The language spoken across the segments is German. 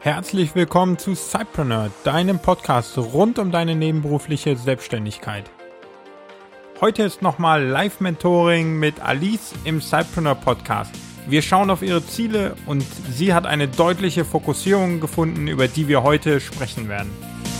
Herzlich willkommen zu Cypreneur, deinem Podcast rund um deine nebenberufliche Selbstständigkeit. Heute ist nochmal Live-Mentoring mit Alice im Cypreneur Podcast. Wir schauen auf ihre Ziele und sie hat eine deutliche Fokussierung gefunden, über die wir heute sprechen werden.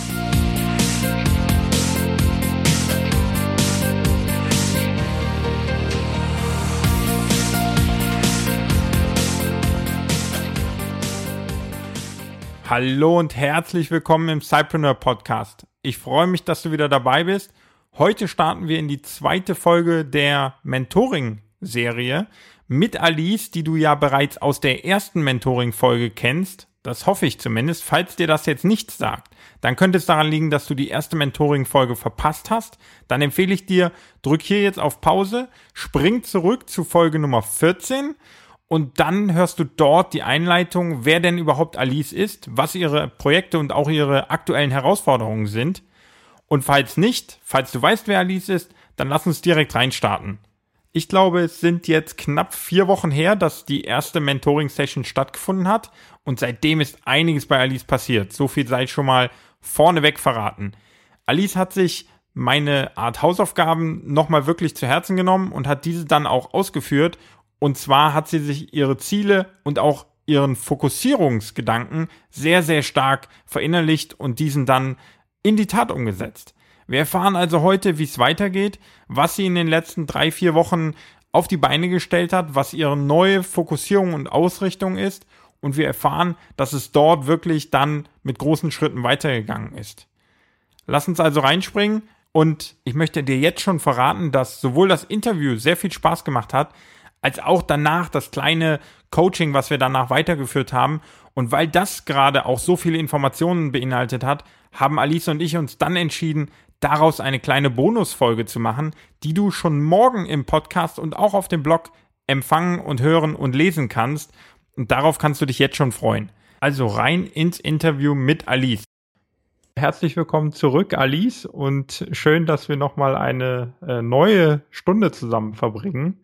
Hallo und herzlich willkommen im Cypreneur Podcast. Ich freue mich, dass du wieder dabei bist. Heute starten wir in die zweite Folge der Mentoring-Serie mit Alice, die du ja bereits aus der ersten Mentoring-Folge kennst. Das hoffe ich zumindest. Falls dir das jetzt nichts sagt, dann könnte es daran liegen, dass du die erste Mentoring-Folge verpasst hast. Dann empfehle ich dir, drück hier jetzt auf Pause, spring zurück zu Folge Nummer 14 und dann hörst du dort die Einleitung, wer denn überhaupt Alice ist, was ihre Projekte und auch ihre aktuellen Herausforderungen sind. Und falls du weißt, wer Alice ist, dann lass uns direkt reinstarten. Ich glaube, es sind jetzt knapp 4 Wochen her, dass die erste Mentoring-Session stattgefunden hat und seitdem ist einiges bei Alice passiert. So viel sei schon mal vorneweg verraten. Alice hat sich meine Art Hausaufgaben nochmal wirklich zu Herzen genommen und hat diese dann auch ausgeführt. Und zwar hat sie sich ihre Ziele und auch ihren Fokussierungsgedanken sehr, sehr stark verinnerlicht und diesen dann in die Tat umgesetzt. Wir erfahren also heute, wie es weitergeht, was sie in den letzten 3-4 Wochen auf die Beine gestellt hat, was ihre neue Fokussierung und Ausrichtung ist und wir erfahren, dass es dort wirklich dann mit großen Schritten weitergegangen ist. Lass uns also reinspringen und ich möchte dir jetzt schon verraten, dass sowohl das Interview sehr viel Spaß gemacht hat, als auch danach das kleine Coaching, was wir danach weitergeführt haben. Und weil das gerade auch so viele Informationen beinhaltet hat, haben Alice und ich uns dann entschieden, daraus eine kleine Bonusfolge zu machen, die du schon morgen im Podcast und auch auf dem Blog empfangen und hören und lesen kannst. Und darauf kannst du dich jetzt schon freuen. Also rein ins Interview mit Alice. Herzlich willkommen zurück, Alice. Und schön, dass wir nochmal eine neue Stunde zusammen verbringen.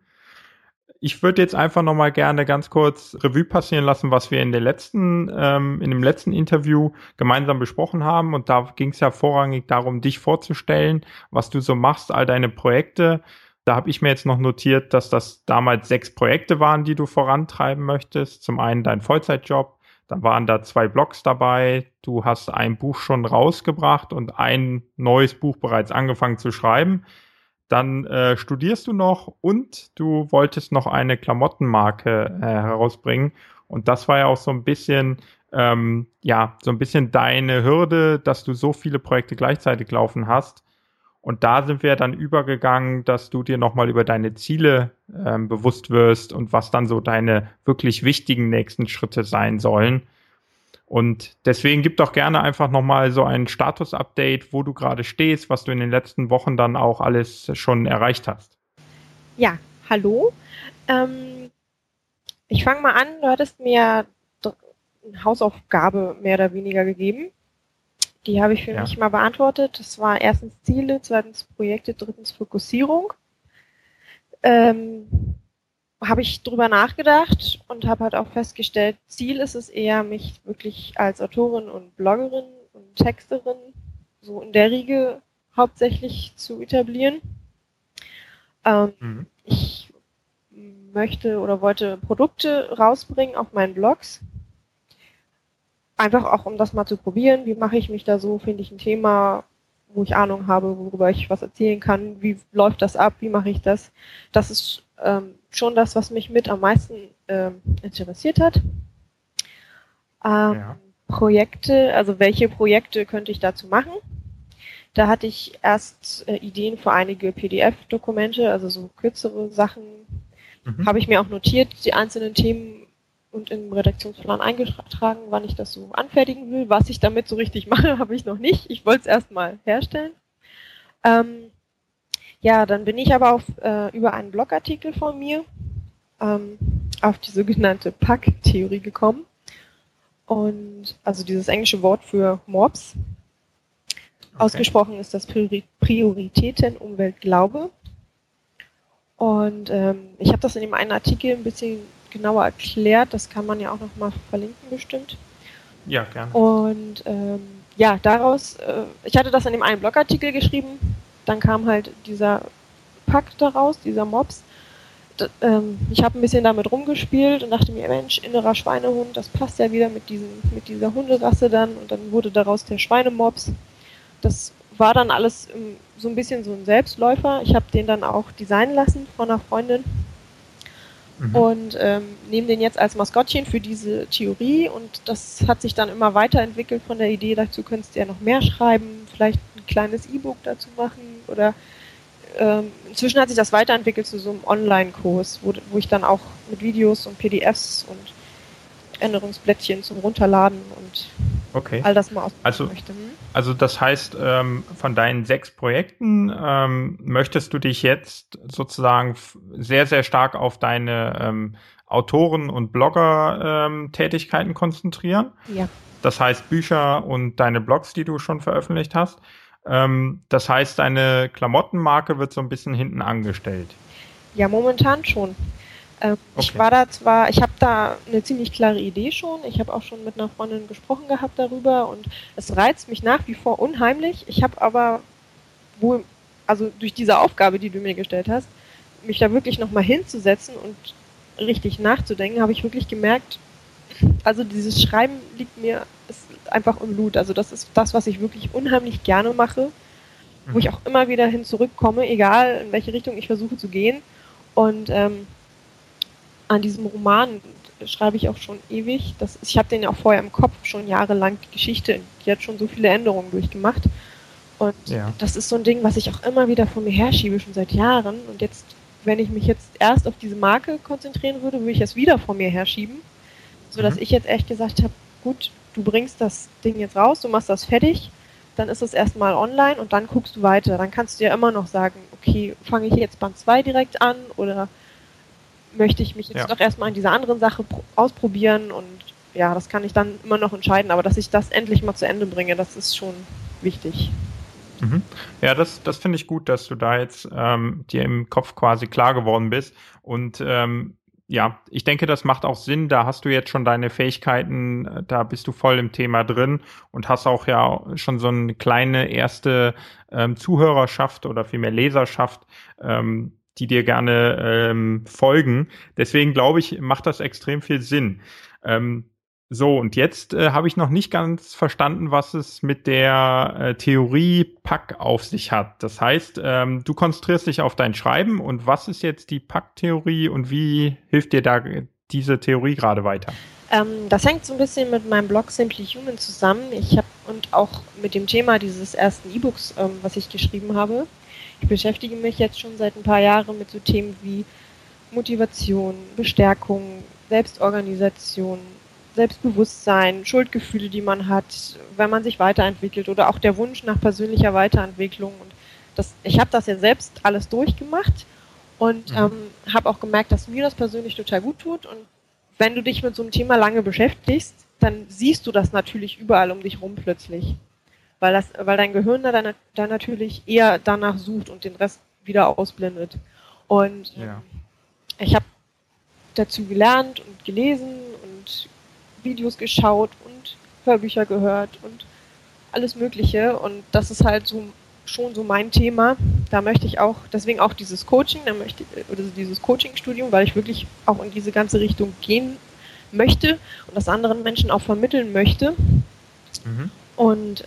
Ich würde jetzt einfach nochmal gerne ganz kurz Revue passieren lassen, was wir in dem letzten Interview gemeinsam besprochen haben. Und da ging es ja vorrangig darum, dich vorzustellen, was du so machst, all deine Projekte. Da habe ich mir jetzt noch notiert, dass das damals 6 Projekte waren, die du vorantreiben möchtest. Zum einen dein Vollzeitjob, dann waren da 2 Blogs dabei. Du hast ein Buch schon rausgebracht und ein neues Buch bereits angefangen zu schreiben. Dann studierst du noch und du wolltest noch eine Klamottenmarke herausbringen. Und das war ja auch so ein bisschen, deine Hürde, dass du so viele Projekte gleichzeitig laufen hast. Und da sind wir dann übergegangen, dass du dir nochmal über deine Ziele bewusst wirst und was dann so deine wirklich wichtigen nächsten Schritte sein sollen. Und deswegen gib doch gerne einfach nochmal so ein Status-Update, wo du gerade stehst, was du in den letzten Wochen dann auch alles schon erreicht hast. Ja, hallo. Ich fange mal an, du hattest mir eine Hausaufgabe mehr oder weniger gegeben. Die habe ich für mich mal beantwortet. Das war erstens Ziele, zweitens Projekte, drittens Fokussierung. Habe ich drüber nachgedacht und habe halt auch festgestellt, Ziel ist es eher, mich wirklich als Autorin und Bloggerin und Texterin so in der Riege hauptsächlich zu etablieren. Ich möchte oder wollte Produkte rausbringen auf meinen Blogs. Einfach auch, um das mal zu probieren. Wie mache ich mich da so? Finde ich ein Thema, wo ich Ahnung habe, worüber ich was erzählen kann? Wie läuft das ab? Wie mache ich das? Das ist schon das, was mich mit am meisten interessiert hat. Projekte, also welche Projekte könnte ich dazu machen? Da hatte ich erst Ideen für einige PDF-Dokumente, also so kürzere Sachen. Habe ich mir auch notiert, die einzelnen Themen und im Redaktionsplan eingetragen, wann ich das so anfertigen will. Was ich damit so richtig mache, habe ich noch nicht. Ich wollte es erstmal herstellen. Dann bin ich aber über einen Blogartikel von mir auf die sogenannte PAC-Theorie gekommen. Und also dieses englische Wort für Mobs. Ausgesprochen ist das Prioritäten, Umwelt, Glaube. Und ich habe das in dem einen Artikel ein bisschen genauer erklärt. Das kann man ja auch nochmal verlinken bestimmt. Ja, gerne. Und ja, daraus, ich hatte das in dem einen Blogartikel geschrieben, dann kam halt dieser Pack daraus, dieser Mops. Ich habe ein bisschen damit rumgespielt und dachte mir, Mensch, innerer Schweinehund, das passt ja wieder mit dieser Hunderasse dann. Und dann wurde daraus der Schweinemops. Das war dann alles so ein bisschen so ein Selbstläufer. Ich habe den dann auch designen lassen von einer Freundin. Und nehme den jetzt als Maskottchen für diese Theorie. Und das hat sich dann immer weiterentwickelt von der Idee, dazu könntest du ja noch mehr schreiben, vielleicht ein kleines E-Book dazu machen oder inzwischen hat sich das weiterentwickelt zu so einem Online-Kurs, wo ich dann auch mit Videos und PDFs und Änderungsblättchen zum Runterladen und all das mal ausprobieren möchte. Also das heißt, von deinen 6 Projekten möchtest du dich jetzt sozusagen sehr, sehr stark auf deine Autoren- und Blogger-Tätigkeiten konzentrieren? Ja. Das heißt Bücher und deine Blogs, die du schon veröffentlicht hast. Das heißt, deine Klamottenmarke wird so ein bisschen hinten angestellt. Ja, momentan schon. Ich habe da eine ziemlich klare Idee schon. Ich habe auch schon mit einer Freundin gesprochen gehabt darüber und es reizt mich nach wie vor unheimlich. Ich habe aber also durch diese Aufgabe, die du mir gestellt hast, mich da wirklich nochmal hinzusetzen und richtig nachzudenken, habe ich wirklich gemerkt, also dieses Schreiben ist einfach im Blut. Also das ist das, was ich wirklich unheimlich gerne mache, wo ich auch immer wieder hin zurückkomme, egal in welche Richtung ich versuche zu gehen. Und an diesem Roman schreibe ich auch schon ewig. Ich habe den ja auch vorher im Kopf, schon jahrelang die Geschichte, die hat schon so viele Änderungen durchgemacht. Und das ist so ein Ding, was ich auch immer wieder vor mir herschiebe, schon seit Jahren. Und jetzt, wenn ich mich jetzt erst auf diese Marke konzentrieren würde, würde ich es wieder vor mir herschieben. Sodass ich jetzt echt gesagt habe, gut, du bringst das Ding jetzt raus, du machst das fertig, dann ist es erstmal online und dann guckst du weiter. Dann kannst du ja immer noch sagen, okay, fange ich jetzt Band 2 direkt an oder möchte ich mich jetzt doch erstmal an dieser anderen Sache ausprobieren und ja, das kann ich dann immer noch entscheiden, aber dass ich das endlich mal zu Ende bringe, das ist schon wichtig. Ja, das finde ich gut, dass du da jetzt dir im Kopf quasi klar geworden bist und ja, ich denke, das macht auch Sinn. Da hast du jetzt schon deine Fähigkeiten, da bist du voll im Thema drin und hast auch ja schon so eine kleine erste Zuhörerschaft oder vielmehr Leserschaft, die dir gerne folgen. Deswegen glaube ich, macht das extrem viel Sinn. So, und jetzt habe ich noch nicht ganz verstanden, was es mit der Theorie Pack auf sich hat. Das heißt, du konzentrierst dich auf dein Schreiben und was ist jetzt die Pack-Theorie und wie hilft dir da diese Theorie gerade weiter? Das hängt so ein bisschen mit meinem Blog Simply Human zusammen. Und auch mit dem Thema dieses ersten E-Books, was ich geschrieben habe. Ich beschäftige mich jetzt schon seit ein paar Jahren mit so Themen wie Motivation, Bestärkung, Selbstorganisation, Selbstbewusstsein, Schuldgefühle, die man hat, wenn man sich weiterentwickelt oder auch der Wunsch nach persönlicher Weiterentwicklung. Und ich habe das ja selbst alles durchgemacht und habe auch gemerkt, dass mir das persönlich total gut tut. Und wenn du dich mit so einem Thema lange beschäftigst, dann siehst du das natürlich überall um dich rum plötzlich. Weil dein Gehirn da natürlich eher danach sucht und den Rest wieder ausblendet. Und ich habe dazu gelernt und gelesen und Videos geschaut und Hörbücher gehört und alles Mögliche. Und das ist halt schon so mein Thema. Da möchte ich auch, deswegen auch dieses Coaching, dieses Coaching-Studium, weil ich wirklich auch in diese ganze Richtung gehen möchte und das anderen Menschen auch vermitteln möchte. Und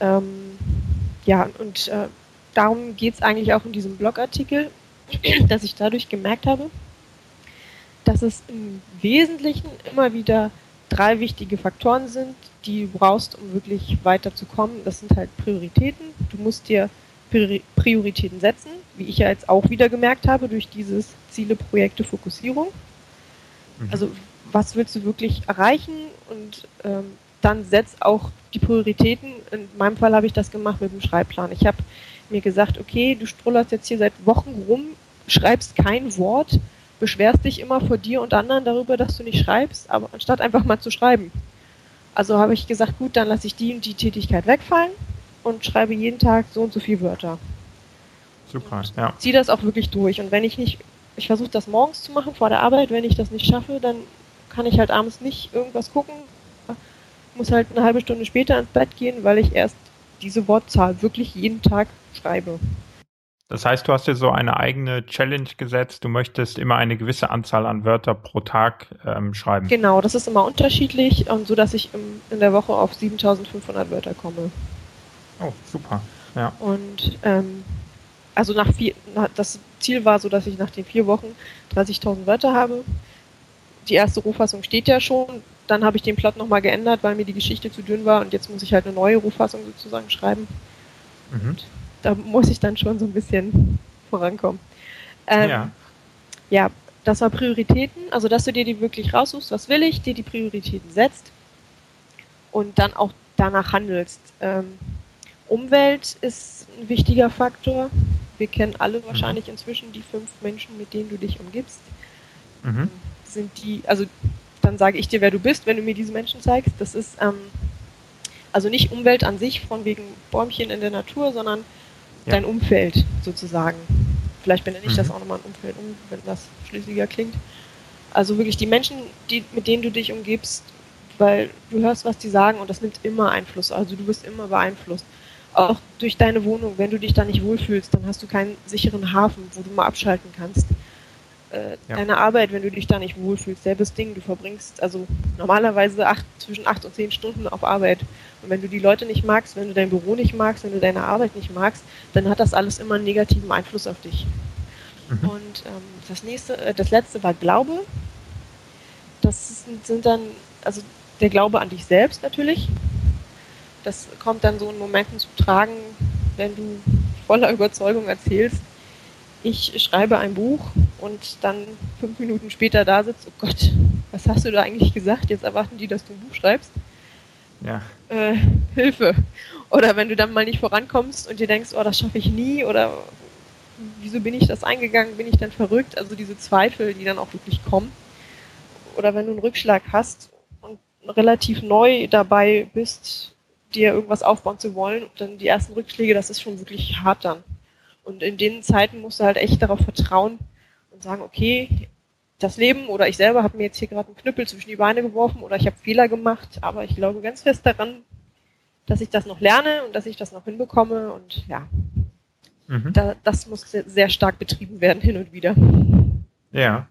darum geht es eigentlich auch in diesem Blogartikel, dass ich dadurch gemerkt habe, dass es im Wesentlichen immer wieder 3 wichtige Faktoren sind, die du brauchst, um wirklich weiterzukommen. Das sind halt Prioritäten. Du musst dir Prioritäten setzen, wie ich ja jetzt auch wieder gemerkt habe durch dieses Ziele, Projekte, Fokussierung. Also was willst du wirklich erreichen und dann setz auch die Prioritäten. In meinem Fall habe ich das gemacht mit dem Schreibplan. Ich habe mir gesagt, okay, du strullerst jetzt hier seit Wochen rum, schreibst kein Wort, beschwerst dich immer vor dir und anderen darüber, dass du nicht schreibst, aber anstatt einfach mal zu schreiben. Also habe ich gesagt, gut, dann lasse ich die und die Tätigkeit wegfallen und schreibe jeden Tag so und so viele Wörter. Super, und ziehe das auch wirklich durch. Und wenn ich versuche das morgens zu machen vor der Arbeit, wenn ich das nicht schaffe, dann kann ich halt abends nicht irgendwas gucken, muss halt eine halbe Stunde später ins Bett gehen, weil ich erst diese Wortzahl wirklich jeden Tag schreibe. Das heißt, du hast dir so eine eigene Challenge gesetzt. Du möchtest immer eine gewisse Anzahl an Wörter pro Tag schreiben. Genau, das ist immer unterschiedlich und so, dass ich in der Woche auf 7.500 Wörter komme. Oh, super. Ja. Und also das Ziel war so, dass ich nach den 4 Wochen 30.000 Wörter habe. Die erste Rohfassung steht ja schon. Dann habe ich den Plot nochmal geändert, weil mir die Geschichte zu dünn war und jetzt muss ich halt eine neue Rohfassung sozusagen schreiben. Und da muss ich dann schon so ein bisschen vorankommen. Ja, das war Prioritäten, also dass du dir die wirklich raussuchst, was will ich, dir die Prioritäten setzt und dann auch danach handelst. Umwelt ist ein wichtiger Faktor. Wir kennen alle wahrscheinlich inzwischen die 5 Menschen, mit denen du dich umgibst. Sind die, also dann sage ich dir, wer du bist, wenn du mir diese Menschen zeigst. Das ist also nicht Umwelt an sich, von wegen Bäumchen in der Natur, sondern dein Umfeld sozusagen. Vielleicht benenne ich das auch nochmal ein Umfeld wenn das schlüssiger klingt. Also wirklich die Menschen, mit denen du dich umgibst, weil du hörst, was die sagen und das nimmt immer Einfluss. Also du wirst immer beeinflusst. Auch durch deine Wohnung, wenn du dich da nicht wohlfühlst, dann hast du keinen sicheren Hafen, wo du mal abschalten kannst. Deine Arbeit, wenn du dich da nicht wohlfühlst, selbes Ding, du verbringst also normalerweise zwischen 8 und 10 Stunden auf Arbeit. Und wenn du die Leute nicht magst, wenn du dein Büro nicht magst, wenn du deine Arbeit nicht magst, dann hat das alles immer einen negativen Einfluss auf dich. Und das letzte war Glaube. Das sind dann, also der Glaube an dich selbst natürlich. Das kommt dann so in Momenten zu tragen, wenn du voller Überzeugung erzählst, ich schreibe ein Buch und dann 5 Minuten später da sitzt, oh Gott, was hast du da eigentlich gesagt? Jetzt erwarten die, dass du ein Buch schreibst. Ja. Hilfe. Oder wenn du dann mal nicht vorankommst und dir denkst, oh, das schaffe ich nie oder wieso bin ich das eingegangen, bin ich dann verrückt? Also diese Zweifel, die dann auch wirklich kommen. Oder wenn du einen Rückschlag hast und relativ neu dabei bist, dir irgendwas aufbauen zu wollen und dann die ersten Rückschläge, das ist schon wirklich hart dann. Und in den Zeiten musst du halt echt darauf vertrauen und sagen, okay, das Leben oder ich selber habe mir jetzt hier gerade einen Knüppel zwischen die Beine geworfen oder ich habe Fehler gemacht, aber ich glaube ganz fest daran, dass ich das noch lerne und dass ich das noch hinbekomme und ja, das muss sehr stark betrieben werden hin und wieder. Ja.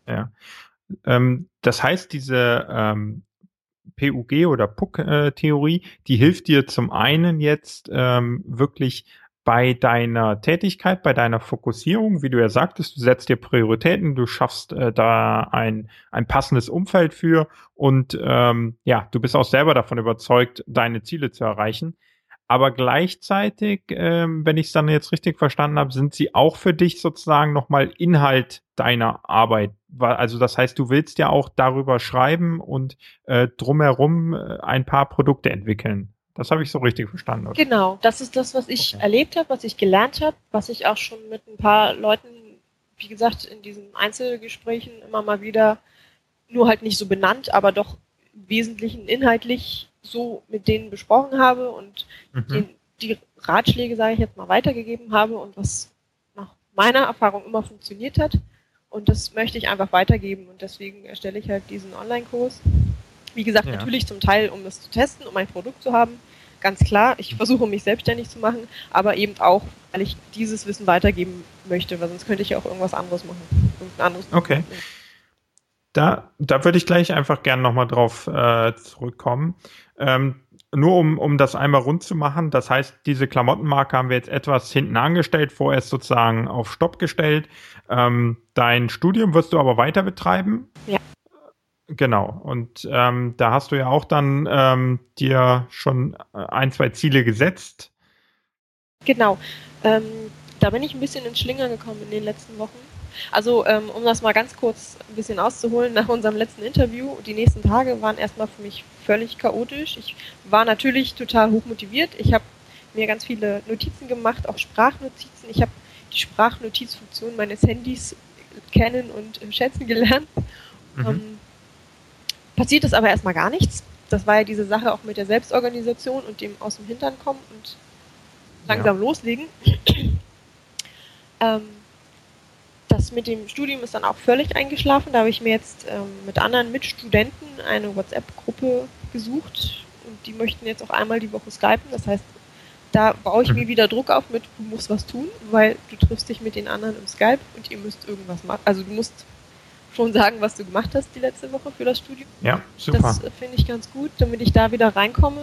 Das heißt, diese PUG oder PUC-Theorie, die hilft dir zum einen jetzt wirklich bei deiner Tätigkeit, bei deiner Fokussierung, wie du ja sagtest, du setzt dir Prioritäten, du schaffst da ein passendes Umfeld für und du bist auch selber davon überzeugt, deine Ziele zu erreichen. Aber gleichzeitig, wenn ich es dann jetzt richtig verstanden habe, sind sie auch für dich sozusagen nochmal Inhalt deiner Arbeit. Also das heißt, du willst ja auch darüber schreiben und drumherum ein paar Produkte entwickeln. Das habe ich so richtig verstanden, oder? Genau, das ist das, was ich erlebt habe, was ich gelernt habe, was ich auch schon mit ein paar Leuten, wie gesagt, in diesen Einzelgesprächen immer mal wieder, nur halt nicht so benannt, aber doch im Wesentlichen inhaltlich so mit denen besprochen habe und die Ratschläge, sage ich jetzt mal, weitergegeben habe und was nach meiner Erfahrung immer funktioniert hat. Und das möchte ich einfach weitergeben und deswegen erstelle ich halt diesen Online-Kurs. Wie gesagt, natürlich zum Teil, um das zu testen, um ein Produkt zu haben. Ganz klar, ich versuche mich selbstständig zu machen, aber eben auch, weil ich dieses Wissen weitergeben möchte, weil sonst könnte ich ja auch irgendwas anderes machen. Irgendein anderes Okay. Da würde ich gleich einfach gerne nochmal drauf zurückkommen. Nur um das einmal rund zu machen, das heißt, diese Klamottenmarke haben wir jetzt etwas hinten angestellt, vorerst sozusagen auf Stopp gestellt. Dein Studium wirst du aber weiter betreiben? Ja. Genau, und da hast du ja auch dann dir schon 1, 2 Ziele gesetzt. Genau, da bin ich ein bisschen ins Schlingern gekommen in den letzten Wochen. Also, um das mal ganz kurz ein bisschen auszuholen, nach unserem letzten Interview, die nächsten Tage waren erstmal für mich völlig chaotisch. Ich war natürlich total hochmotiviert. Ich habe mir ganz viele Notizen gemacht, auch Sprachnotizen. Ich habe die Sprachnotizfunktion meines Handys kennen und schätzen gelernt. Passiert ist aber erstmal gar nichts. Das war ja diese Sache auch mit der Selbstorganisation und dem aus dem Hintern kommen und langsam loslegen. Das mit dem Studium ist dann auch völlig eingeschlafen. Da habe ich mir jetzt mit anderen Mitstudenten eine WhatsApp-Gruppe gesucht und die möchten jetzt auch einmal die Woche skypen. Das heißt, da baue ich mir wieder Druck auf mit, du musst was tun, weil du triffst dich mit den anderen im Skype und ihr müsst irgendwas machen. Also du musst schon sagen, was du gemacht hast die letzte Woche für das Studium. Ja, super. Das finde ich ganz gut, damit ich da wieder reinkomme.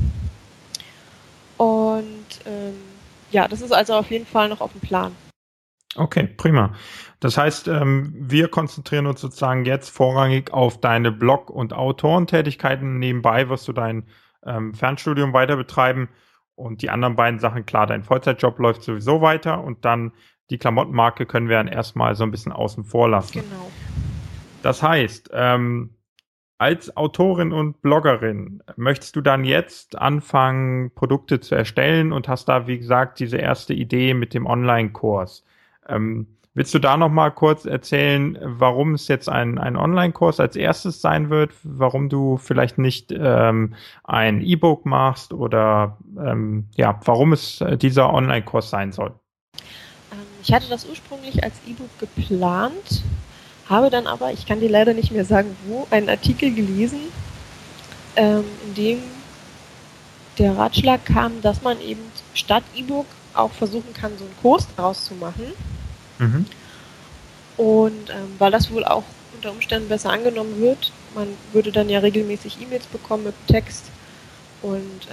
Und ja, das ist also auf jeden Fall noch auf dem Plan. Okay, prima. Das heißt, wir konzentrieren uns sozusagen jetzt vorrangig auf deine Blog- und Autorentätigkeiten. Nebenbei wirst du dein Fernstudium weiter betreiben und die anderen beiden Sachen, klar, dein Vollzeitjob läuft sowieso weiter und dann die Klamottenmarke können wir dann erstmal so ein bisschen außen vor lassen. Genau. Das heißt, als Autorin und Bloggerin möchtest du dann jetzt anfangen, Produkte zu erstellen und hast da, wie gesagt, diese erste Idee mit dem Online-Kurs. Willst du da noch mal kurz erzählen, warum es jetzt ein Online-Kurs als erstes sein wird, warum du vielleicht nicht ein E-Book machst oder ja, warum es dieser Online-Kurs sein soll? Ich hatte das ursprünglich als E-Book geplant, habe dann aber, ich kann dir leider nicht mehr sagen, wo, einen Artikel gelesen, in dem der Ratschlag kam, dass man eben statt E-Book auch versuchen kann, so einen Kurs daraus zu machen. Mhm. Und weil das wohl auch unter Umständen besser angenommen wird, man würde dann ja regelmäßig E-Mails bekommen mit Text und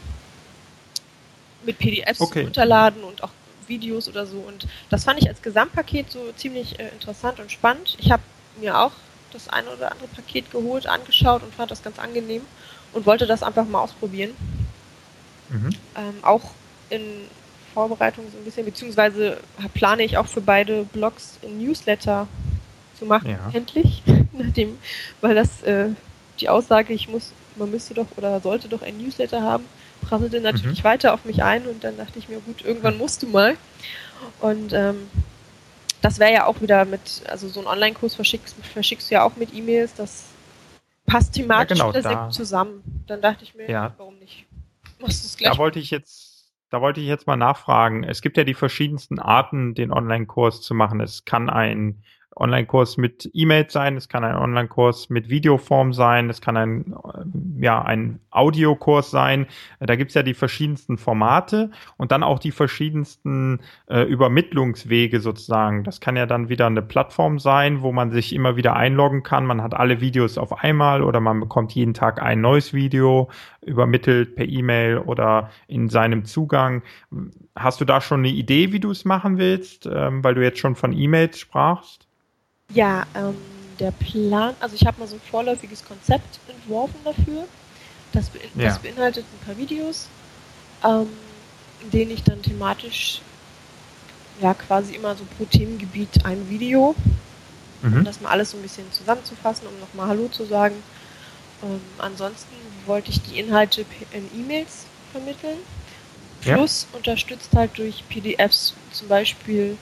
mit PDFs runterladen und auch Videos oder so. Und das fand ich als Gesamtpaket so ziemlich interessant und spannend. Ich habe mir auch das eine oder andere Paket geholt, angeschaut und fand das ganz angenehm und wollte das einfach mal ausprobieren. Mhm. Auch in Vorbereitung so ein bisschen, beziehungsweise plane ich auch für beide Blogs ein Newsletter zu machen, endlich. Weil das die Aussage, man müsste doch oder sollte doch ein Newsletter haben, prasselte natürlich weiter auf mich ein und dann dachte ich mir, gut, irgendwann musst du mal. Und das wäre ja auch wieder also so ein Online-Kurs verschickst du ja auch mit E-Mails, das passt thematisch sehr gut zusammen. Dann dachte ich mir, warum nicht? Machst du es gleich? Da wollte ich jetzt mal nachfragen. Es gibt ja die verschiedensten Arten, den Online-Kurs zu machen. Es kann ein Online-Kurs mit E-Mails sein, es kann ein Online-Kurs mit Videoform sein, es kann ein Audiokurs sein. Da gibt's ja die verschiedensten Formate und dann auch die verschiedensten Übermittlungswege sozusagen. Das kann ja dann wieder eine Plattform sein, wo man sich immer wieder einloggen kann. Man hat alle Videos auf einmal oder man bekommt jeden Tag ein neues Video übermittelt per E-Mail oder in seinem Zugang. Hast du da schon eine Idee, wie du es machen willst, weil du jetzt schon von E-Mails sprachst? Ja, der Plan, also ich habe mal so ein vorläufiges Konzept entworfen dafür. Das beinhaltet ein paar Videos, in denen ich dann thematisch quasi immer so pro Themengebiet ein Video, um das mal alles so ein bisschen zusammenzufassen, um nochmal Hallo zu sagen. Ansonsten wollte ich die Inhalte in E-Mails vermitteln, plus unterstützt halt durch PDFs, zum Beispiel,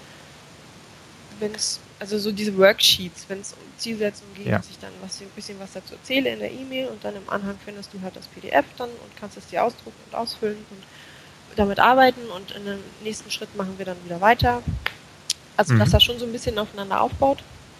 also so diese Worksheets, wenn es um Zielsetzung geht, dass ich dann ein bisschen was dazu erzähle in der E-Mail und dann im Anhang findest du halt das PDF dann und kannst es dir ausdrucken und ausfüllen und damit arbeiten und in dem nächsten Schritt machen wir dann wieder weiter. Also dass das schon so ein bisschen aufeinander aufbaut.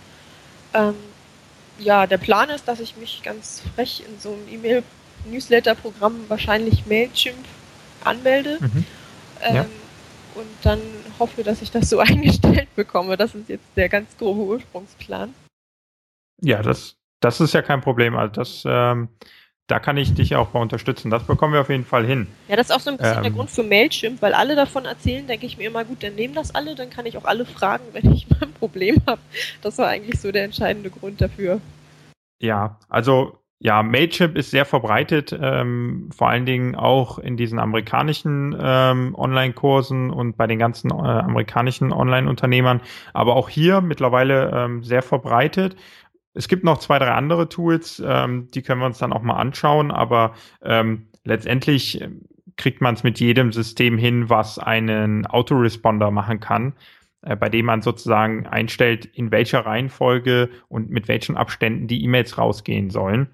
Der Plan ist, dass ich mich ganz frech in so einem E-Mail-Newsletter-Programm, wahrscheinlich Mailchimp, anmelde. Und dann hoffe, dass ich das so eingestellt bekomme. Das ist jetzt der ganz grobe Ursprungsplan. Ja, das ist ja kein Problem. Also da kann ich dich auch mal unterstützen. Das bekommen wir auf jeden Fall hin. Ja, das ist auch so ein bisschen der Grund für Mailchimp, weil alle davon erzählen, denke ich mir immer, gut, dann nehmen das alle, dann kann ich auch alle fragen, wenn ich mal ein Problem habe. Das war eigentlich so der entscheidende Grund dafür. Ja, also Mailchimp ist sehr verbreitet, vor allen Dingen auch in diesen amerikanischen Online-Kursen und bei den ganzen amerikanischen Online-Unternehmern, aber auch hier mittlerweile sehr verbreitet. Es gibt noch 2, 3 andere Tools, die können wir uns dann auch mal anschauen, aber letztendlich kriegt man es mit jedem System hin, was einen Autoresponder machen kann, bei dem man sozusagen einstellt, in welcher Reihenfolge und mit welchen Abständen die E-Mails rausgehen sollen.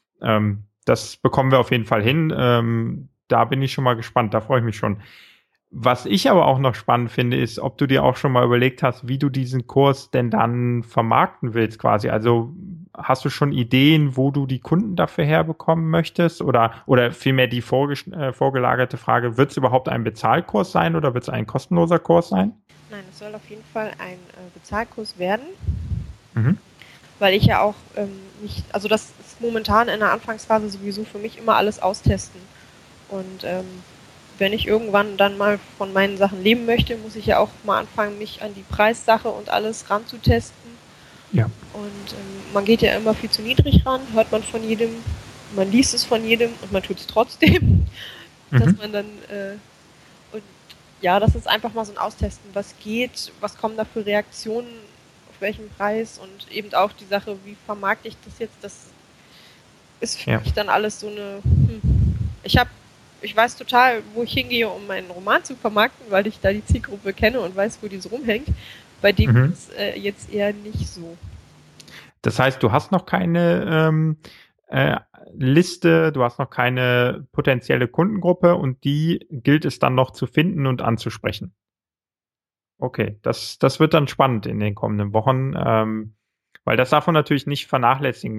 Das bekommen wir auf jeden Fall hin. Da bin ich schon mal gespannt, da freue ich mich schon. Was ich aber auch noch spannend finde, ist, ob du dir auch schon mal überlegt hast, wie du diesen Kurs denn dann vermarkten willst quasi. Also hast du schon Ideen, wo du die Kunden dafür herbekommen möchtest? Oder vielmehr die vorgelagerte Frage, wird es überhaupt ein Bezahlkurs sein oder wird es ein kostenloser Kurs sein? Nein, es soll auf jeden Fall ein Bezahlkurs werden, Mhm. weil ich ja auch nicht, also das ist momentan in der Anfangsphase sowieso für mich immer alles austesten. Und wenn ich irgendwann dann mal von meinen Sachen leben möchte, muss ich ja auch mal anfangen, mich an die Preissache und alles ranzutesten. Ja. Und man geht ja immer viel zu niedrig ran, hört man von jedem, man liest es von jedem und man tut es trotzdem, dass man dann und ja, das ist einfach mal so ein Austesten, was geht, was kommen da für Reaktionen, auf welchen Preis und eben auch die Sache, wie vermarkte ich das jetzt, das ist für mich dann alles so eine, ich weiß total, wo ich hingehe, um meinen Roman zu vermarkten, weil ich da die Zielgruppe kenne und weiß, wo die so rumhängt. Bei dem ist jetzt eher nicht so. Das heißt, du hast noch keine Liste, du hast noch keine potenzielle Kundengruppe und die gilt es dann noch zu finden und anzusprechen. Okay, das wird dann spannend in den kommenden Wochen, weil das darf man natürlich nicht vernachlässigen.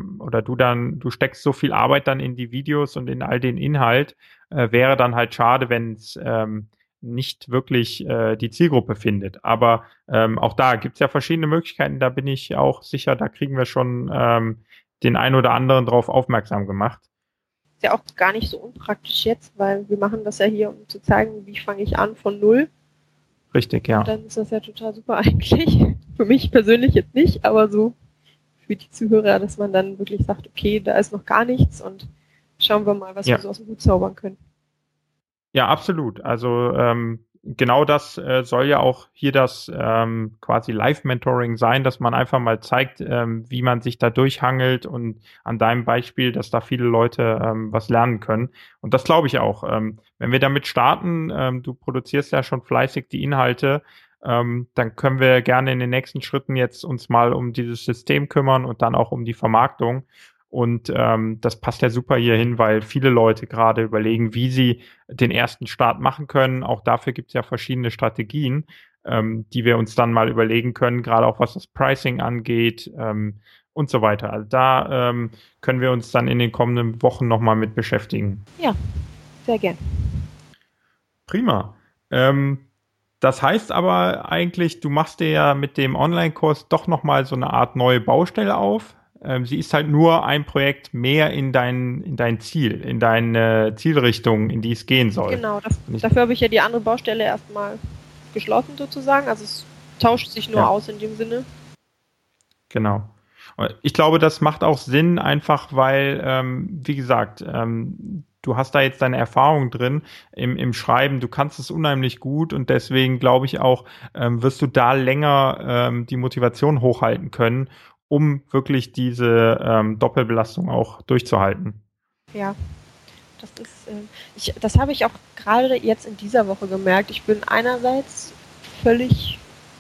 Du steckst so viel Arbeit dann in die Videos und in all den Inhalt, wäre dann halt schade, wenn es nicht wirklich die Zielgruppe findet. Aber auch da gibt's ja verschiedene Möglichkeiten, da bin ich auch sicher, da kriegen wir schon den einen oder anderen drauf aufmerksam gemacht. Ist ja auch gar nicht so unpraktisch jetzt, weil wir machen das ja hier, um zu zeigen, wie fange ich an von null. Richtig, ja. Und dann ist das ja total super eigentlich. Für mich persönlich jetzt nicht, aber so für die Zuhörer, dass man dann wirklich sagt, okay, da ist noch gar nichts und schauen wir mal, was wir so aus dem Hut zaubern können. Ja, absolut. Also genau das soll ja auch hier das quasi Live-Mentoring sein, dass man einfach mal zeigt, wie man sich da durchhangelt und an deinem Beispiel, dass da viele Leute was lernen können. Und das glaube ich auch. Wenn wir damit starten, du produzierst ja schon fleißig die Inhalte, dann können wir gerne in den nächsten Schritten jetzt uns mal um dieses System kümmern und dann auch um die Vermarktung. Und das passt ja super hier hin, weil viele Leute gerade überlegen, wie sie den ersten Start machen können. Auch dafür gibt es ja verschiedene Strategien, die wir uns dann mal überlegen können, gerade auch was das Pricing angeht und so weiter. Also da können wir uns dann in den kommenden Wochen nochmal mit beschäftigen. Ja, sehr gern. Prima. Das heißt aber eigentlich, du machst dir ja mit dem Online-Kurs doch nochmal so eine Art neue Baustelle auf. Sie ist halt nur ein Projekt mehr in dein Ziel, in deine Zielrichtung, in die es gehen soll. Genau, dafür habe ich ja die andere Baustelle erstmal geschlossen sozusagen. Also es tauscht sich nur aus in dem Sinne. Genau. Ich glaube, das macht auch Sinn, einfach weil, wie gesagt, du hast da jetzt deine Erfahrung drin im Schreiben, du kannst es unheimlich gut und deswegen glaube ich auch, wirst du da länger die Motivation hochhalten können, um wirklich diese Doppelbelastung auch durchzuhalten. Ja, das ist, das habe ich auch gerade jetzt in dieser Woche gemerkt. Ich bin einerseits völlig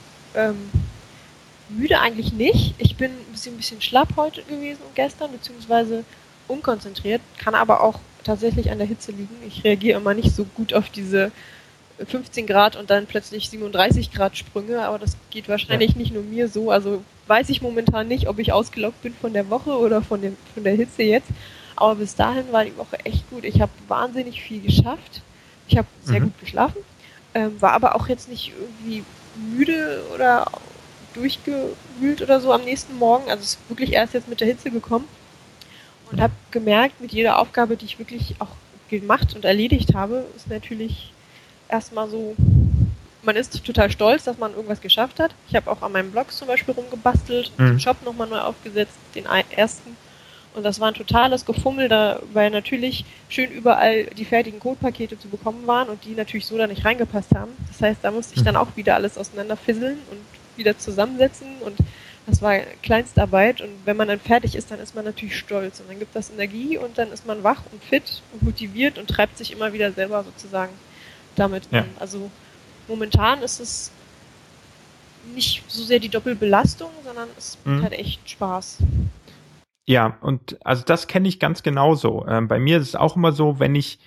müde eigentlich nicht. Ich bin ein bisschen schlapp heute gewesen und gestern, beziehungsweise unkonzentriert, kann aber auch tatsächlich an der Hitze liegen. Ich reagiere immer nicht so gut auf diese 15 Grad und dann plötzlich 37 Grad Sprünge, aber das geht wahrscheinlich nicht nur mir so. Also weiß ich momentan nicht, ob ich ausgelaugt bin von der Woche oder von der Hitze jetzt. Aber bis dahin war die Woche echt gut. Ich habe wahnsinnig viel geschafft. Ich habe sehr gut geschlafen, war aber auch jetzt nicht irgendwie müde oder durchgewühlt oder so am nächsten Morgen. Also es ist wirklich erst jetzt mit der Hitze gekommen und habe gemerkt, mit jeder Aufgabe, die ich wirklich auch gemacht und erledigt habe, ist natürlich erstmal so, man ist total stolz, dass man irgendwas geschafft hat. Ich habe auch an meinem Blog zum Beispiel rumgebastelt, den Shop nochmal neu aufgesetzt, den ersten. Und das war ein totales Gefummel, da, weil natürlich schön überall die fertigen Codepakete zu bekommen waren und die natürlich so da nicht reingepasst haben. Das heißt, da musste ich dann auch wieder alles auseinanderfisseln und wieder zusammensetzen und das war Kleinstarbeit und wenn man dann fertig ist, dann ist man natürlich stolz und dann gibt das Energie und dann ist man wach und fit und motiviert und treibt sich immer wieder selber sozusagen damit an. Also momentan ist es nicht so sehr die Doppelbelastung, sondern es macht halt echt Spaß. Ja, und also das kenne ich ganz genauso. Bei mir ist es auch immer so, wenn ich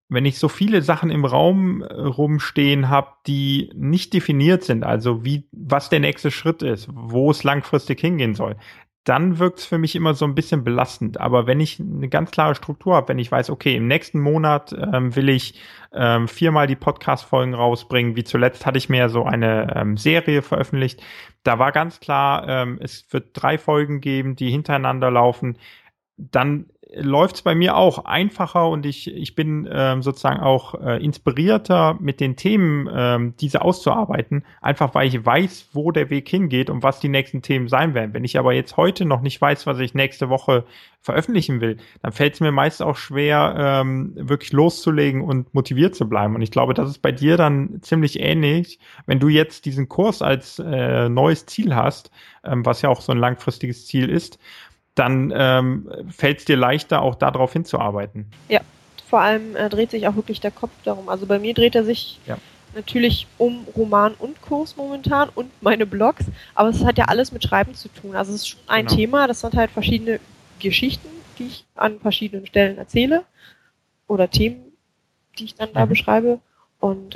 wenn ich so viele Sachen im Raum rumstehen habe, die nicht definiert sind, also was der nächste Schritt ist, wo es langfristig hingehen soll, dann wirkt es für mich immer so ein bisschen belastend. Aber wenn ich eine ganz klare Struktur habe, wenn ich weiß, okay, im nächsten Monat will ich 4-mal die Podcast-Folgen rausbringen, wie zuletzt hatte ich mir so eine Serie veröffentlicht, da war ganz klar, es wird 3 Folgen geben, die hintereinander laufen, dann läuft es bei mir auch einfacher und ich bin sozusagen auch inspirierter mit den Themen, diese auszuarbeiten, einfach weil ich weiß, wo der Weg hingeht und was die nächsten Themen sein werden. Wenn ich aber jetzt heute noch nicht weiß, was ich nächste Woche veröffentlichen will, dann fällt es mir meist auch schwer, wirklich loszulegen und motiviert zu bleiben. Und ich glaube, das ist bei dir dann ziemlich ähnlich, wenn du jetzt diesen Kurs als neues Ziel hast, was ja auch so ein langfristiges Ziel ist, dann fällt es dir leichter, auch darauf hinzuarbeiten. Ja, vor allem dreht sich auch wirklich der Kopf darum. Also bei mir dreht er sich natürlich um Roman und Kurs momentan und meine Blogs, aber es hat ja alles mit Schreiben zu tun. Also es ist schon ein Thema, das sind halt verschiedene Geschichten, die ich an verschiedenen Stellen erzähle oder Themen, die ich dann da beschreibe und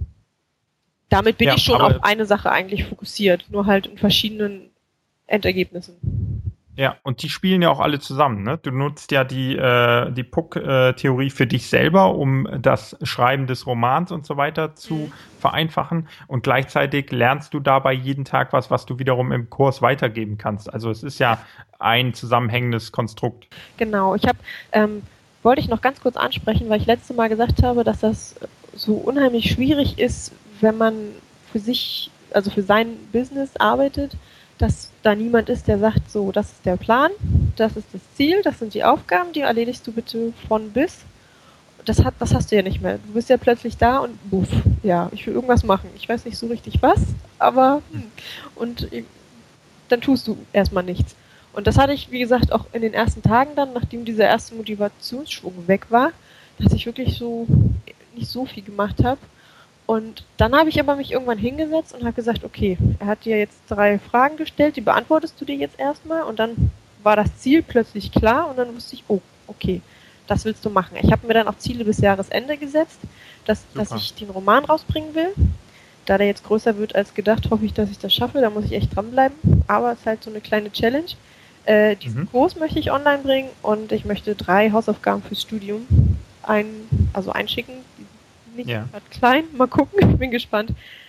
damit bin ich schon auf eine Sache eigentlich fokussiert, nur halt in verschiedenen Endergebnissen. Ja, und die spielen ja auch alle zusammen, ne? Du nutzt ja die Puck-Theorie für dich selber, um das Schreiben des Romans und so weiter zu vereinfachen. Und gleichzeitig lernst du dabei jeden Tag was du wiederum im Kurs weitergeben kannst. Also es ist ja ein zusammenhängendes Konstrukt. Genau, wollte ich noch ganz kurz ansprechen, weil ich letztes Mal gesagt habe, dass das so unheimlich schwierig ist, wenn man für sich, also für sein Business arbeitet, dass da niemand ist, der sagt, so, das ist der Plan, das ist das Ziel, das sind die Aufgaben, die erledigst du bitte von bis. Das hast du ja nicht mehr. Du bist ja plötzlich da und buff, ja, ich will irgendwas machen. Ich weiß nicht so richtig was, aber und dann tust du erstmal nichts. Und das hatte ich, wie gesagt, auch in den ersten Tagen dann, nachdem dieser erste Motivationsschwung weg war, dass ich wirklich so nicht so viel gemacht habe. Und dann habe ich aber mich irgendwann hingesetzt und habe gesagt, okay, er hat dir jetzt 3 Fragen gestellt, die beantwortest du dir jetzt erstmal. Und dann war das Ziel plötzlich klar und dann wusste ich, oh, okay, das willst du machen. Ich habe mir dann auch Ziele bis Jahresende gesetzt, dass ich den Roman rausbringen will. Da der jetzt größer wird als gedacht, hoffe ich, dass ich das schaffe. Da muss ich echt dranbleiben. Aber es ist halt so eine kleine Challenge. Diesen Kurs möchte ich online bringen und ich möchte 3 Hausaufgaben fürs Studium einschicken. Nicht gerade klein, mal gucken, ich bin gespannt.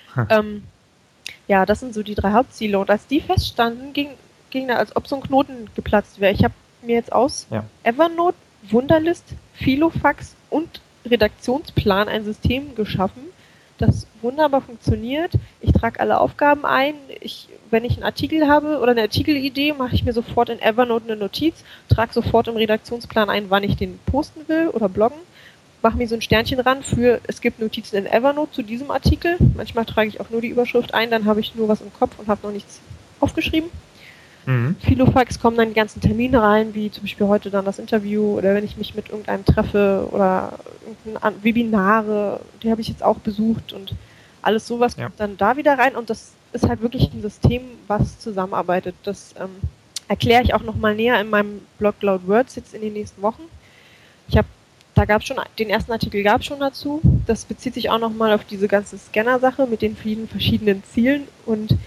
Das sind so die 3 Hauptziele. Und als die feststanden, ging da, als ob so ein Knoten geplatzt wäre. Ich habe mir jetzt aus Evernote, Wunderlist, Filofax und Redaktionsplan ein System geschaffen, das wunderbar funktioniert. Ich trage alle Aufgaben ein. Wenn ich einen Artikel habe oder eine Artikelidee, mache ich mir sofort in Evernote eine Notiz, trage sofort im Redaktionsplan ein, wann ich den posten will oder bloggen. Mache mir so ein Sternchen ran es gibt Notizen in Evernote zu diesem Artikel. Manchmal trage ich auch nur die Überschrift ein, dann habe ich nur was im Kopf und habe noch nichts aufgeschrieben. Filofax kommen dann die ganzen Termine rein, wie zum Beispiel heute dann das Interview oder wenn ich mich mit irgendeinem treffe oder Webinare, die habe ich jetzt auch besucht und alles sowas kommt dann da wieder rein und das ist halt wirklich ein System, was zusammenarbeitet. Das erkläre ich auch nochmal näher in meinem Blog Loud Words jetzt in den nächsten Wochen. Da gab es schon, den ersten Artikel gab es schon dazu. Das bezieht sich auch nochmal auf diese ganze Scanner-Sache mit den vielen verschiedenen Zielen. Und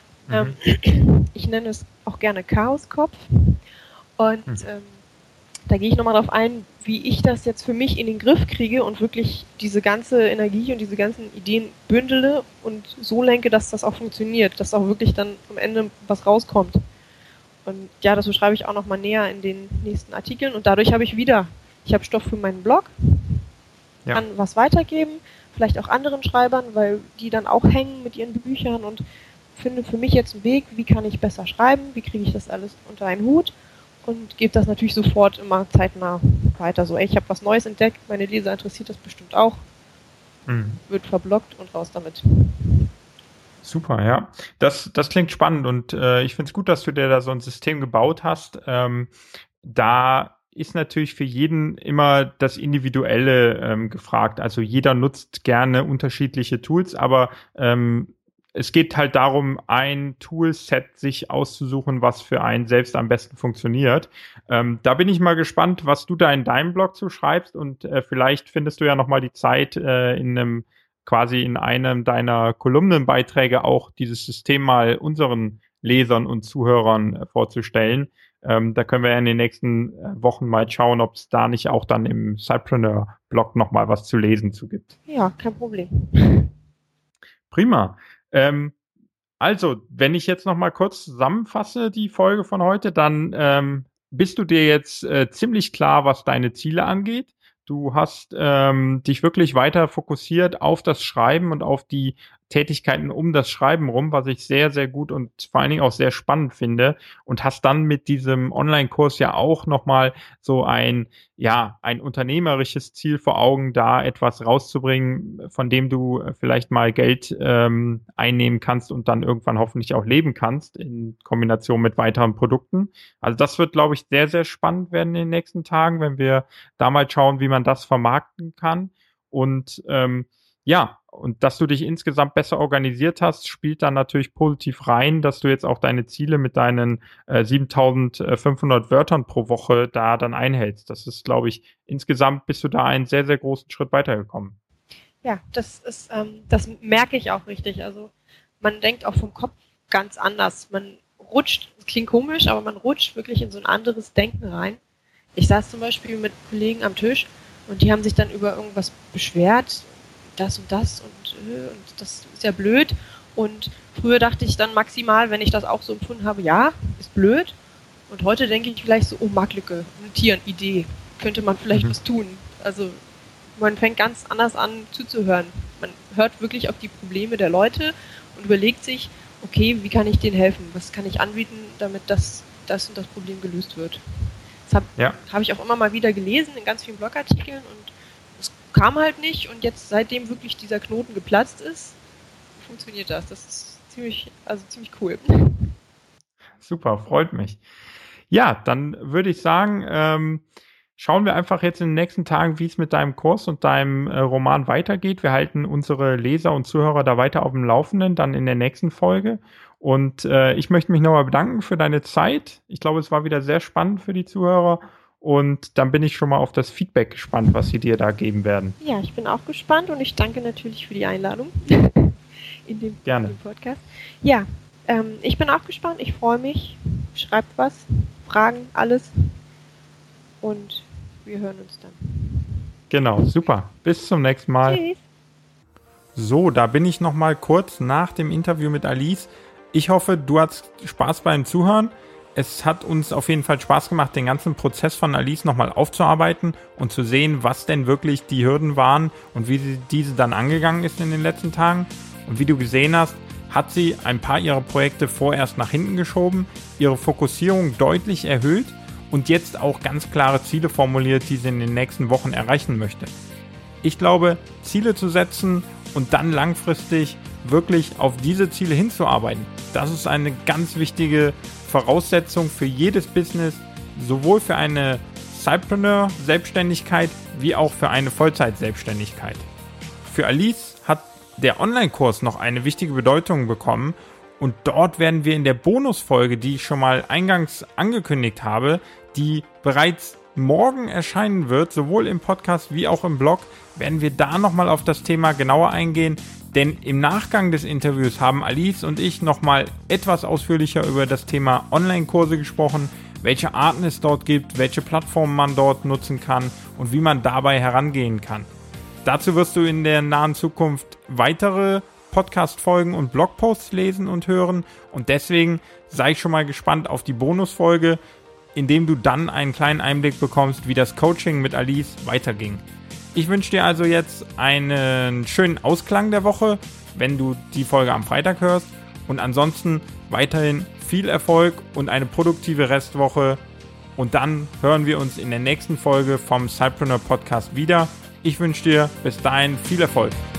ich nenne es auch gerne Chaoskopf. Und da gehe ich nochmal drauf ein, wie ich das jetzt für mich in den Griff kriege und wirklich diese ganze Energie und diese ganzen Ideen bündele und so lenke, dass das auch funktioniert, dass auch wirklich dann am Ende was rauskommt. Und ja, das beschreibe ich auch nochmal näher in den nächsten Artikeln. Und dadurch habe ich habe Stoff für meinen Blog, kann was weitergeben, vielleicht auch anderen Schreibern, weil die dann auch hängen mit ihren Büchern und finde für mich jetzt einen Weg, wie kann ich besser schreiben, wie kriege ich das alles unter einen Hut und gebe das natürlich sofort immer zeitnah weiter. So, ich habe was Neues entdeckt, meine Leser interessiert das bestimmt auch, wird verbloggt und raus damit. Super, ja. Das klingt spannend und ich finde es gut, dass du dir da so ein System gebaut hast. Da ist natürlich für jeden immer das Individuelle gefragt. Also jeder nutzt gerne unterschiedliche Tools, aber es geht halt darum, ein Toolset sich auszusuchen, was für einen selbst am besten funktioniert. Da bin ich mal gespannt, was du da in deinem Blog zu schreibst und vielleicht findest du ja nochmal die Zeit in einem deiner Kolumnenbeiträge auch dieses System mal unseren Lesern und Zuhörern vorzustellen. Da können wir ja in den nächsten Wochen mal schauen, ob es da nicht auch dann im Cypreneur-Blog nochmal was zu lesen zu gibt. Ja, kein Problem. Prima. Also, wenn ich jetzt nochmal kurz zusammenfasse, die Folge von heute, dann bist du dir jetzt ziemlich klar, was deine Ziele angeht. Du hast dich wirklich weiter fokussiert auf das Schreiben und auf die Tätigkeiten um das Schreiben rum, was ich sehr, sehr gut und vor allen Dingen auch sehr spannend finde, und hast dann mit diesem Online-Kurs ja auch nochmal so ein unternehmerisches Ziel vor Augen, da etwas rauszubringen, von dem du vielleicht mal Geld einnehmen kannst und dann irgendwann hoffentlich auch leben kannst in Kombination mit weiteren Produkten. Also das wird, glaube ich, sehr, sehr spannend werden in den nächsten Tagen, wenn wir da mal schauen, wie man das vermarkten kann. Und und dass du dich insgesamt besser organisiert hast, spielt dann natürlich positiv rein, dass du jetzt auch deine Ziele mit deinen 7.500 Wörtern pro Woche da dann einhältst. Das ist, glaube ich, insgesamt bist du da einen sehr, sehr großen Schritt weitergekommen. Ja, das merke ich auch richtig. Also man denkt auch vom Kopf ganz anders. Man rutscht, das klingt komisch, aber man rutscht wirklich in so ein anderes Denken rein. Ich saß zum Beispiel mit Kollegen am Tisch und die haben sich dann über irgendwas beschwert, das und das und das ist ja blöd. Und früher dachte ich dann maximal, wenn ich das auch so empfunden habe, ja, ist blöd. Und heute denke ich vielleicht so, Marktlücke, notieren, Idee, könnte man vielleicht was tun. Also man fängt ganz anders an zuzuhören. Man hört wirklich auf die Probleme der Leute und überlegt sich, okay, wie kann ich denen helfen? Was kann ich anbieten, damit das und das Problem gelöst wird? Das habe ich auch immer mal wieder gelesen in ganz vielen Blogartikeln und es kam halt nicht, und jetzt, seitdem wirklich dieser Knoten geplatzt ist, funktioniert das. Das ist ziemlich cool. Super, freut mich. Ja, dann würde ich sagen, schauen wir einfach jetzt in den nächsten Tagen, wie es mit deinem Kurs und deinem Roman weitergeht. Wir halten unsere Leser und Zuhörer da weiter auf dem Laufenden, dann in der nächsten Folge. Und ich möchte mich nochmal bedanken für deine Zeit. Ich glaube, es war wieder sehr spannend für die Zuhörer. Und dann bin ich schon mal auf das Feedback gespannt, was sie dir da geben werden. Ja, ich bin auch gespannt und ich danke natürlich für die Einladung in dem Podcast. Ja, ich bin auch gespannt. Ich freue mich. Schreibt was, Fragen, alles. Und wir hören uns dann. Genau, super. Bis zum nächsten Mal. Tschüss. So, da bin ich noch mal kurz nach dem Interview mit Alice. Ich hoffe, du hattest Spaß beim Zuhören. Es hat uns auf jeden Fall Spaß gemacht, den ganzen Prozess von Alice nochmal aufzuarbeiten und zu sehen, was denn wirklich die Hürden waren und wie sie diese dann angegangen ist in den letzten Tagen. Und wie du gesehen hast, hat sie ein paar ihrer Projekte vorerst nach hinten geschoben, ihre Fokussierung deutlich erhöht und jetzt auch ganz klare Ziele formuliert, die sie in den nächsten Wochen erreichen möchte. Ich glaube, Ziele zu setzen und dann langfristig wirklich auf diese Ziele hinzuarbeiten, das ist eine ganz wichtige Voraussetzung für jedes Business, sowohl für eine Cypreneur-Selbstständigkeit wie auch für eine Vollzeit-Selbstständigkeit. Für Alice hat der Online-Kurs noch eine wichtige Bedeutung bekommen und dort werden wir in der Bonusfolge, die ich schon mal eingangs angekündigt habe, die bereits morgen erscheinen wird, sowohl im Podcast wie auch im Blog, werden wir da nochmal auf das Thema genauer eingehen, denn im Nachgang des Interviews haben Alice und ich nochmal etwas ausführlicher über das Thema Online-Kurse gesprochen, welche Arten es dort gibt, welche Plattformen man dort nutzen kann und wie man dabei herangehen kann. Dazu wirst du in der nahen Zukunft weitere Podcast-Folgen und Blogposts lesen und hören und deswegen sei ich schon mal gespannt auf die Bonusfolge, in dem du dann einen kleinen Einblick bekommst, wie das Coaching mit Alice weiterging. Ich wünsche dir also jetzt einen schönen Ausklang der Woche, wenn du die Folge am Freitag hörst. Und ansonsten weiterhin viel Erfolg und eine produktive Restwoche. Und dann hören wir uns in der nächsten Folge vom Cypreneur Podcast wieder. Ich wünsche dir bis dahin viel Erfolg.